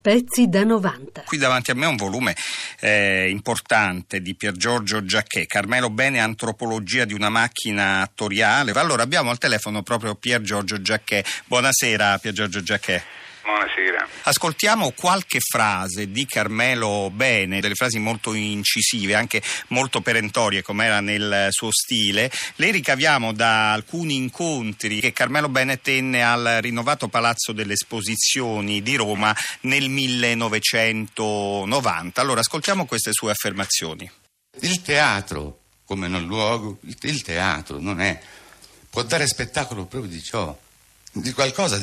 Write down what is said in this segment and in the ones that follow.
Pezzi da 90. Qui davanti a me un volume importante di Pier Giorgio Giacchè, Carmelo Bene, Antropologia di una macchina attoriale. Allora abbiamo al telefono proprio Pier Giorgio Giacchè. Buonasera Pier Giorgio Giacchè. Buonasera. Ascoltiamo qualche frase di Carmelo Bene, delle frasi molto incisive, anche molto perentorie come era nel suo stile. Le ricaviamo da alcuni incontri che Carmelo Bene tenne al rinnovato Palazzo delle Esposizioni di Roma nel 1990. Allora ascoltiamo queste sue affermazioni. Il teatro, come nel luogo, il teatro non è, può dare spettacolo proprio di ciò, di qualcosa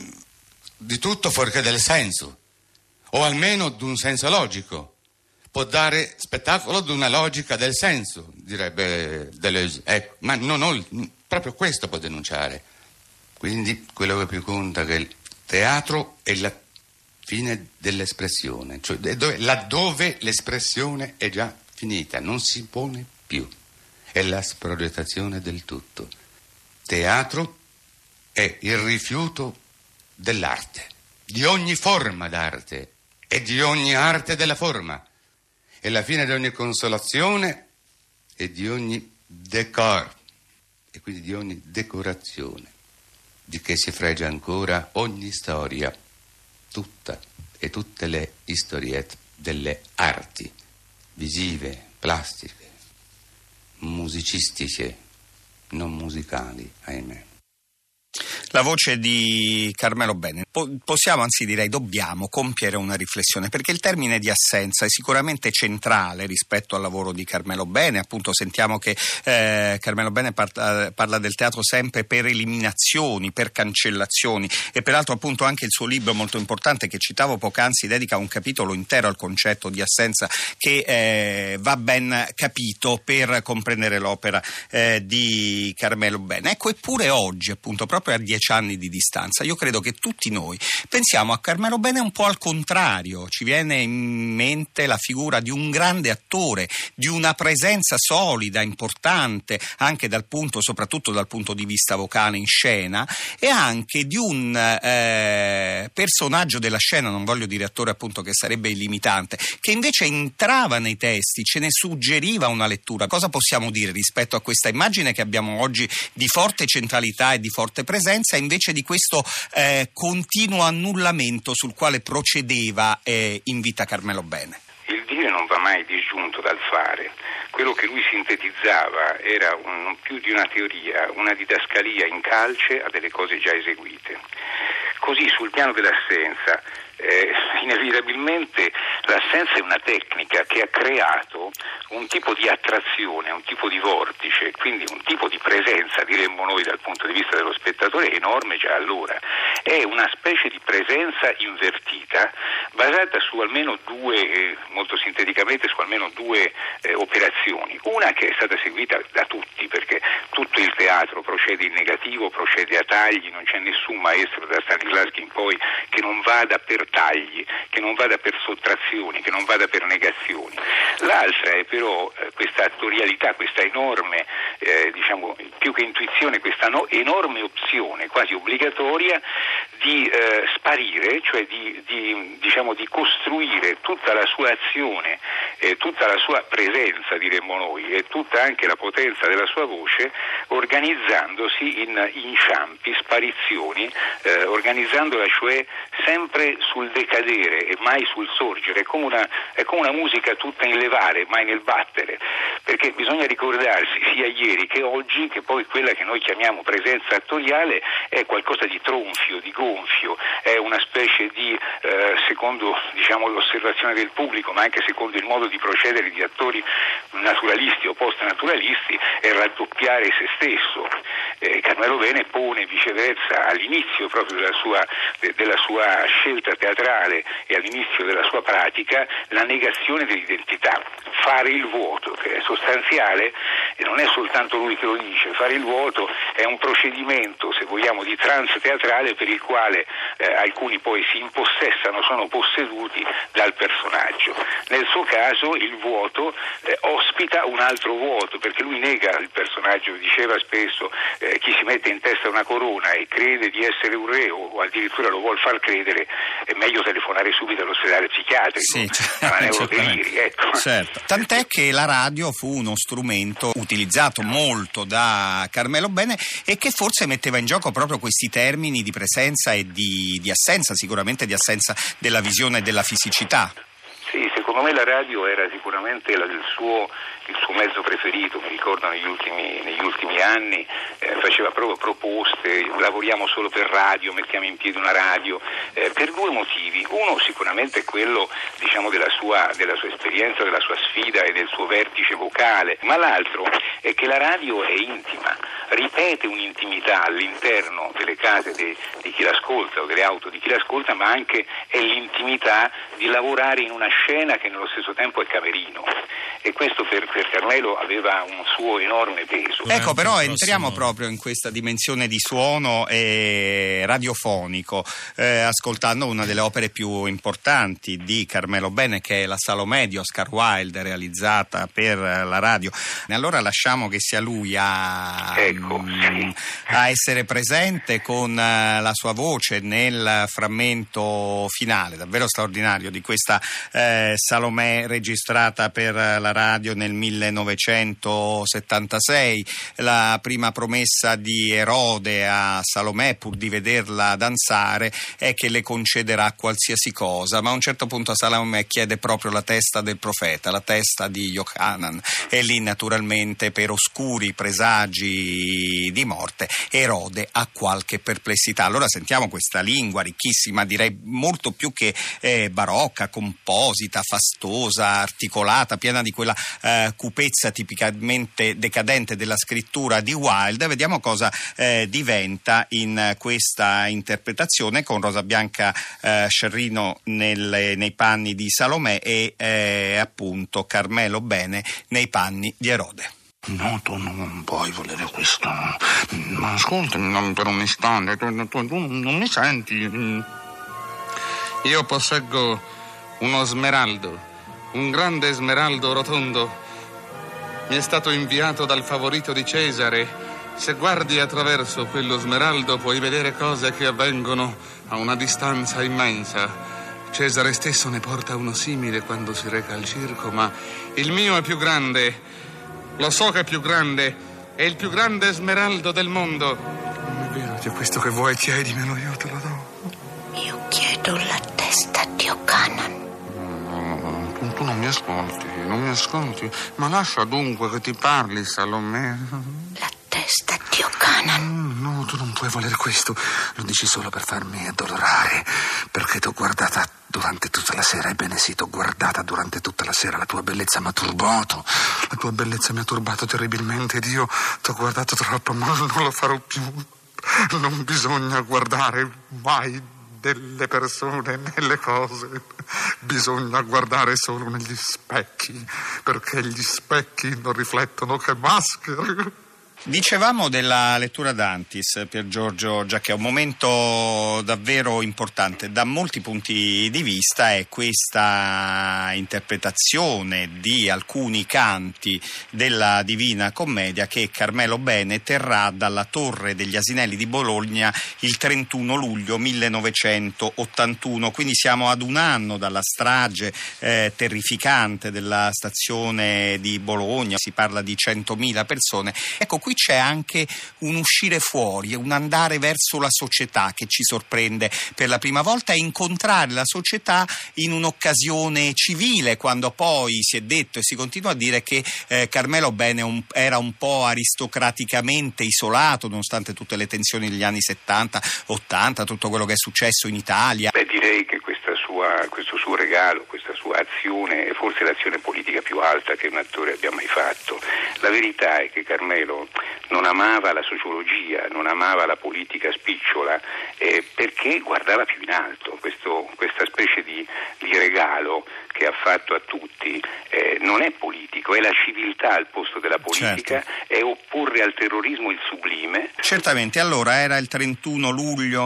di tutto fuorché del senso, o almeno di un senso logico. Può dare spettacolo di una logica del senso, direbbe Deleuze. Ecco, ma proprio questo può denunciare. Quindi quello che più conta è che il teatro è la fine dell'espressione, cioè laddove l'espressione è già finita, non si pone più. È la sprogettazione del tutto. Teatro è il rifiuto dell'arte, di ogni forma d'arte e di ogni arte della forma. È la fine di ogni consolazione e di ogni decor, e quindi di ogni decorazione, di che si fregia ancora ogni storia, tutta e tutte le historiette delle arti, visive, plastiche, musicistiche, non musicali, ahimè. La voce di Carmelo Bene. Possiamo, anzi direi dobbiamo, compiere una riflessione, perché il termine di assenza è sicuramente centrale rispetto al lavoro di Carmelo Bene. Appunto sentiamo che Carmelo Bene parla del teatro sempre per eliminazioni, per cancellazioni, e peraltro appunto anche il suo libro molto importante che citavo poc'anzi dedica un capitolo intero al concetto di assenza che va ben capito per comprendere l'opera di Carmelo Bene. Ecco, eppure oggi, appunto, proprio a 10 anni di distanza, io credo che tutti noi pensiamo a Carmelo Bene un po' al contrario. Ci viene in mente la figura di un grande attore, di una presenza solida, importante, anche soprattutto dal punto di vista vocale in scena, e anche di un personaggio della scena, non voglio dire attore appunto che sarebbe illimitante, che invece entrava nei testi, ce ne suggeriva una lettura. Cosa possiamo dire rispetto a questa immagine che abbiamo oggi di forte centralità e di forte presenza, invece di questo continuo annullamento sul quale procedeva in vita Carmelo Bene? Il dire non va mai disgiunto dal fare. Quello che lui sintetizzava era non più di una teoria, una didascalia in calce a delle cose già eseguite. Così sul piano dell'assenza, inevitabilmente l'assenza è una tecnica che ha creato un tipo di attrazione, un tipo di vortice, quindi un tipo di presenza, diremmo noi dal punto di vista dello spettatore, enorme già allora. È una specie di presenza invertita basata su almeno due, molto sinteticamente, su almeno due operazioni. Una che è stata seguita da tutti, perché tutto il teatro procede in negativo, procede a tagli, non c'è nessun maestro da Stanislavski in poi che non vada per tagli, che non vada per sottrazioni, che non vada per negazioni. L'altra è però questa attorialità, questa enorme, più che intuizione, questa enorme opzione quasi obbligatoria di sparire, cioè di costruire tutta la sua azione, tutta la sua presenza, diremmo noi, e tutta anche la potenza della sua voce, organizzandosi in inciampi, sparizioni, organizzandola cioè sempre sul decadere e mai sul sorgere. È come una musica tutta in levare, mai nel battere, perché bisogna ricordarsi sia ieri che oggi che poi quella che noi chiamiamo presenza attoriale è qualcosa di tronfio, di gonfio, è una specie di, secondo l'osservazione del pubblico, ma anche secondo il modo di procedere di attori naturalisti o post-naturalisti, è raddoppiare se stesso. Carmelo Bene pone viceversa all'inizio proprio della sua scelta teatrale e all'inizio della sua pratica la negazione dell'identità, fare il vuoto, che è sostanziale, e non è soltanto lui che lo dice, fare il vuoto è un procedimento, se vogliamo, di trance teatrale per il quale alcuni poi si impossessano, sono posseduti dal personaggio. Nel suo caso il vuoto ospita un altro vuoto, perché lui nega il personaggio, diceva spesso chi si mette in testa una corona e crede di essere un re o addirittura lo vuol far credere, è meglio telefonare subito all'ospedale psichiatrico, a neuropediri, ecco. Certo. Tant'è che la radio fu uno strumento utilizzato molto da Carmelo Bene e che forse metteva in gioco proprio questi termini di presenza e di assenza, sicuramente di assenza della visione e della fisicità. Sì, secondo me la radio era sicuramente il suo mezzo preferito. Mi ricordo negli ultimi anni faceva proprio proposte, lavoriamo solo per radio, mettiamo in piedi una radio, per due motivi. Uno sicuramente è quello, diciamo, della sua esperienza, della sua sfida e del suo vertice vocale, ma l'altro è che la radio è intima, ripete un'intimità all'interno delle case di chi l'ascolta o delle auto di chi l'ascolta, ma anche è l'intimità di lavorare in una scena che nello stesso tempo è camerino, e questo per Carmelo aveva un suo enorme peso. Ecco, però entriamo proprio in questa dimensione di suono radiofonico, ascoltando una delle opere più importanti di Carmelo Bene, che è la Salomè di Oscar Wilde, realizzata per la radio. E allora lasciamo che sia lui a essere presente con la sua voce nel frammento finale, davvero straordinario, di questa Salomè registrata per la radio nel 1976. La prima promessa di Erode a Salomè, pur di vederla danzare, è che le concederà qualsiasi cosa, ma a un certo punto Salomè chiede proprio la testa del profeta, la testa di Yochanan, e lì naturalmente, per oscuri presagi di morte, Erode ha qualche perplessità. Allora sentiamo questa lingua ricchissima, direi molto più che barocca, composita, fastosa, articolata, piena di quella cupezza tipicamente decadente della scrittura di Wilde. Vediamo cosa diventa in questa interpretazione, con Rosa Bianca Scerrino nei panni di Salomè e appunto Carmelo Bene nei panni di Erode. No, tu non puoi volere questo. Ma ascoltami per un istante, tu non mi senti? Io posseggo uno smeraldo, un grande smeraldo rotondo. Mi è stato inviato dal favorito di Cesare. Se guardi attraverso quello smeraldo puoi vedere cose che avvengono a una distanza immensa. Cesare stesso ne porta uno simile quando si reca al circo, ma il mio è più grande. Lo so che è più grande, è il più grande smeraldo del mondo. Non è vero, c'è questo che vuoi, chiedimelo, io te lo do. Io chiedo la testa di Yochanan. No, tu non mi ascolti, ma lascia dunque che ti parli, Salomè. La testa di Yochanan. No, tu non puoi volere questo, lo dici solo per farmi addolorare, perché t'ho guardata durante tutta la sera, ebbene sì, t'ho guardata durante tutta la sera, la tua bellezza mi ha turbato, terribilmente, ed io t'ho guardato troppo, ma non lo farò più. Non bisogna guardare mai delle persone nelle cose, bisogna guardare solo negli specchi, perché gli specchi non riflettono che maschere. Dicevamo della lettura d'Antis, Pier Giorgio Giacchè, un momento davvero importante da molti punti di vista. È questa interpretazione di alcuni canti della Divina Commedia che Carmelo Bene terrà dalla Torre degli Asinelli di Bologna il 31 luglio 1981, quindi siamo ad un anno dalla strage terrificante della stazione di Bologna. Si parla di 100.000 persone. Ecco, qui c'è anche un uscire fuori, un andare verso la società che ci sorprende per la prima volta, e incontrare la società in un'occasione civile, quando poi si è detto e si continua a dire che Carmelo Bene era un po' aristocraticamente isolato, nonostante tutte le tensioni degli anni 70, 80, tutto quello che è successo in Italia. Direi che questo suo regalo, questa sua azione è forse l'azione politica più alta che un attore abbia mai fatto. La verità è che Carmelo non amava la sociologia, non amava la politica spicciola, perché guardava più in alto questa specie di regalo che ha fatto a tutti non è politico, è la civiltà al posto della politica, certo. È opporre al terrorismo il sublime. Certamente, allora era il 31 luglio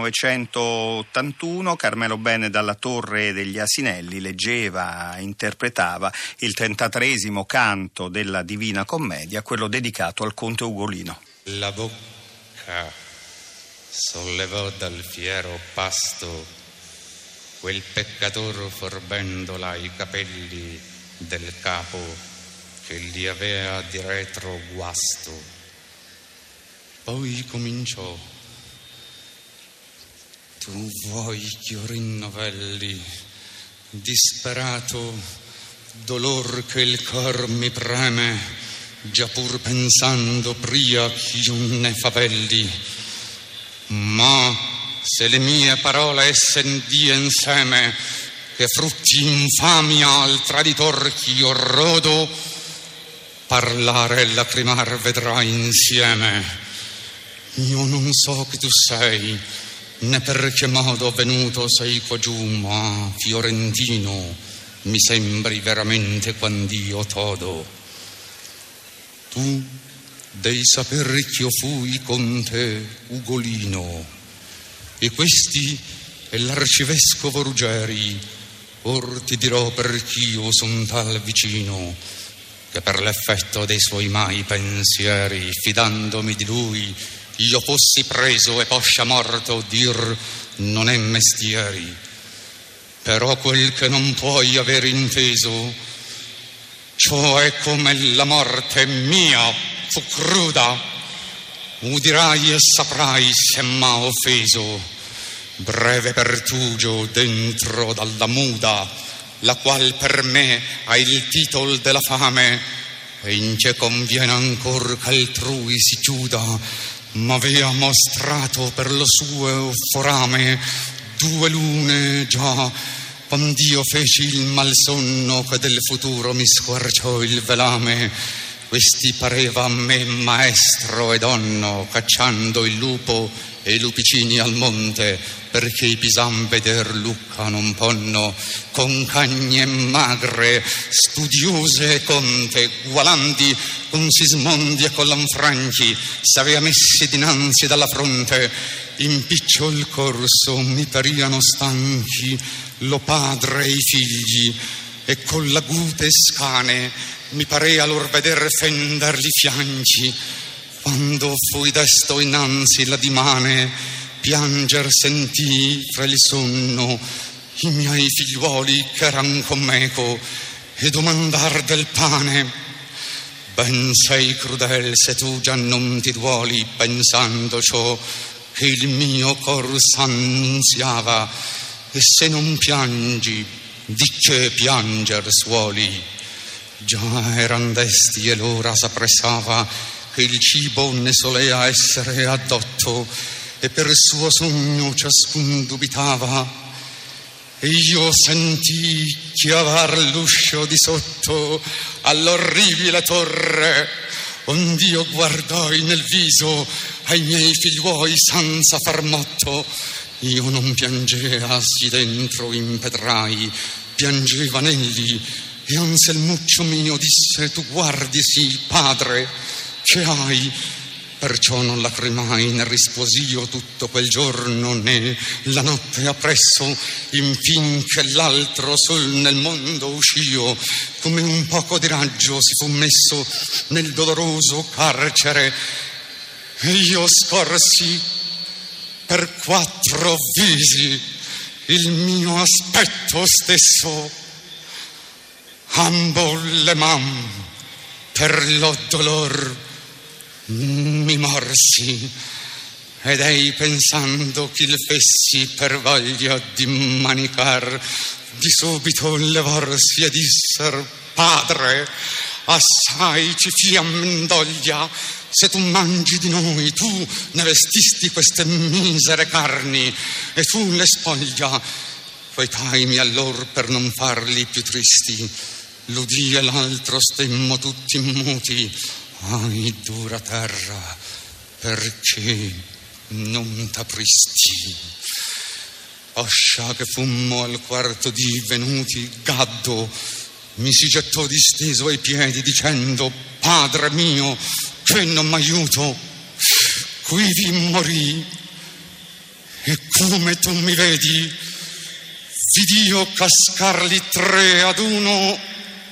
1981, Carmelo Bene dalla Torre degli Asinelli leggeva, interpretava il 33esimo canto della Divina Commedia, quello dedicato al conte Ugolino. La bocca sollevò dal fiero pasto quel peccator forbendola i capelli del capo che gli avea di retro guasto. Poi cominciò: tu vuoi ch'io rinnovelli disperato dolor che il cor mi preme, già pur pensando pria ch'io ne favelli. Ma se le mie parole essen die insieme, che frutti infamia al traditor ch'io rodo, parlare e lacrimar vedrai insieme. Io non so chi tu sei, né per che modo venuto sei qua giù, ma fiorentino mi sembri veramente quand'io t'odo. Tu devi saper ch'io fui conte Ugolino, e questi è l'arcivescovo Ruggeri. Or ti dirò perch'io son tal vicino, che per l'effetto dei suoi mai pensieri, fidandomi di lui, io fossi preso e poscia morto, dir non è mestieri. Però quel che non puoi aver inteso, cioè come la morte mia fu cruda, udirai e saprai se m'ha offeso. Breve pertugio dentro dalla muda, la qual per me ha il titol della fame, e in che conviene ancor ch'altrui si chiuda, m'avea mostrato per lo suo forame 2 lune già, quand'io feci il malsonno che del futuro mi squarciò il velame. Questi pareva a me maestro e donno, cacciando il lupo e i lupicini al monte, perché i pisan veder Lucca non ponno, con cagne magre, studiose e conte, gualandi con Sismondi e con Lanfranchi, s'avea messi dinanzi dalla fronte, in picciol corso mi pariano stanchi lo padre e i figli, e con l'agute scane mi parea lor veder fenderli fianchi. Quando fui desto innanzi la dimane, pianger sentii fra il sonno i miei figliuoli ch'eran con meco, e domandar del pane. Ben sei crudel se tu già non ti duoli, pensando ciò che il mio cor s'annunziava, e se non piangi, di che pianger suoli? Già eran desti e l'ora s'appressava, che il cibo ne solea essere addotto, e per suo sogno ciascun dubitava. E io sentii chiavar l'uscio di sotto all'orribile torre, ond'io guardai nel viso ai miei figliuoi senza far motto. Io non piangea sì dentro impedrai, piangevan egli, e Anselmuccio mio disse: tu guardi sì, padre, che hai? Perciò non lacrimai, ne risposi io tutto quel giorno, né la notte appresso, infin che l'altro sol nel mondo uscio, come un poco di raggio si fu messo nel doloroso carcere, e io scorsi per 4 visi il mio aspetto stesso, ambo le man per lo dolor mi morsi, ed ei pensando che il fessi per voglia di manicar, di subito levarsi e disser: padre, assai ci fiammendoglia, se tu mangi di noi, tu ne vestisti queste misere carni, e tu le spoglia. Quetaimi allor per non farli più tristi, l'udì e l'altro stemmo tutti muti. Ai dura terra, perché non t'apristi? Poscia che fummo al quarto dì venuti, Gaddo mi si gettò disteso ai piedi dicendo: Padre mio, che non m'aiuto, quivi morì. E come tu mi vedi, vid'io cascarli 3 ad uno,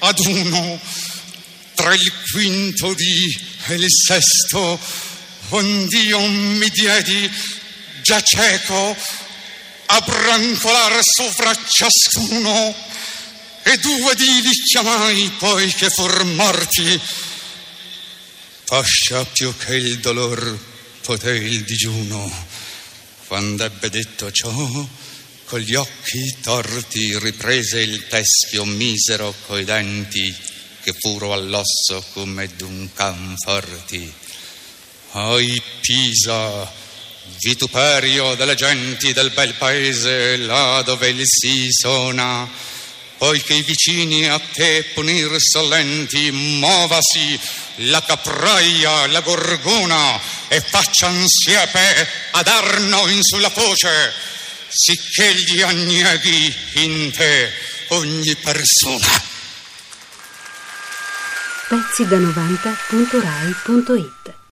tra il quinto dì e il sesto, ond'io mi diedi già cieco a brancolar sopra ciascuno, e 2 dì li chiamai poi che fur morti. Poscia più che il dolor poté il digiuno. Quando ebbe detto ciò, con gli occhi torti riprese il teschio misero coi denti che furo all'osso come d'un can forti. Oi Pisa, vituperio delle genti del bel paese, là dove il si sona, poiché i vicini a te punir solenti, muovasi la capraia, la gorgona, e faccian siepe ad Arno in sulla foce, sicché gli annieghi in te ogni persona. Pezzi da 90.rai.it